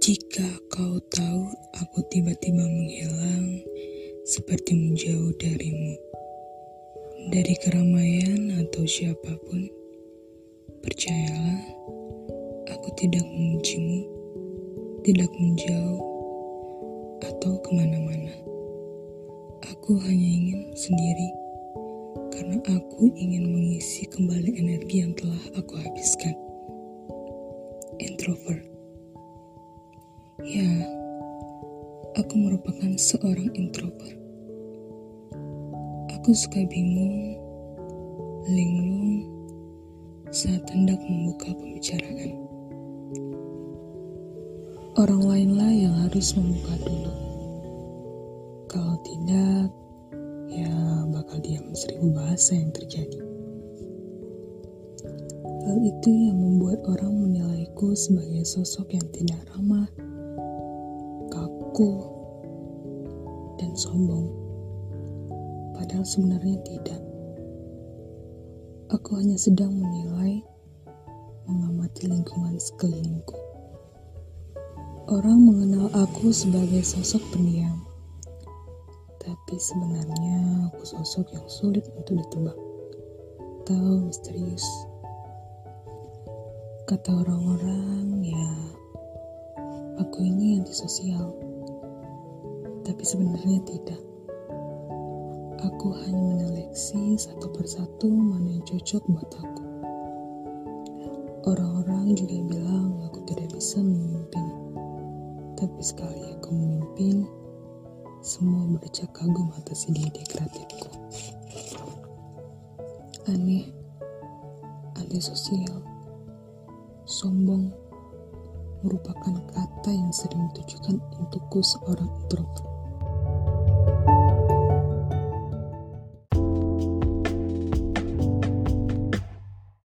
Jika kau tahu aku tiba-tiba menghilang, seperti menjauh darimu, dari keramaian atau siapapun, percayalah, aku tidak membencimu, tidak menjauh, atau kemana-mana. Aku hanya ingin sendiri, karena aku ingin mengisi kembali energi yang telah aku habiskan. Introvert. Ya, aku merupakan seorang introvert. Aku suka bingung, linglung saat hendak membuka pembicaraan. Orang lainlah yang harus membuka dulu. Kalau tidak, ya bakal diam 1000 bahasa yang terjadi. Hal itu yang membuat orang menilaiku sebagai sosok yang tidak ramah, kaku, dan sombong. Padahal sebenarnya tidak. Aku hanya sedang menilai, mengamati lingkungan sekelilingku. Orang mengenal aku sebagai sosok pendiam, tapi sebenarnya aku sosok yang sulit untuk ditebak atau misterius. Kata orang-orang, ya, aku ini antisosial, tapi sebenarnya tidak. Aku hanya menyeleksi satu persatu mana yang cocok buat aku. Orang-orang juga bilang aku tidak bisa memimpin, tapi sekali aku memimpin, semua berdecak kagum atas ide-ide kreatifku. Aneh, antisosial, sombong merupakan kata yang sering ditujukan untukku seorang introvert.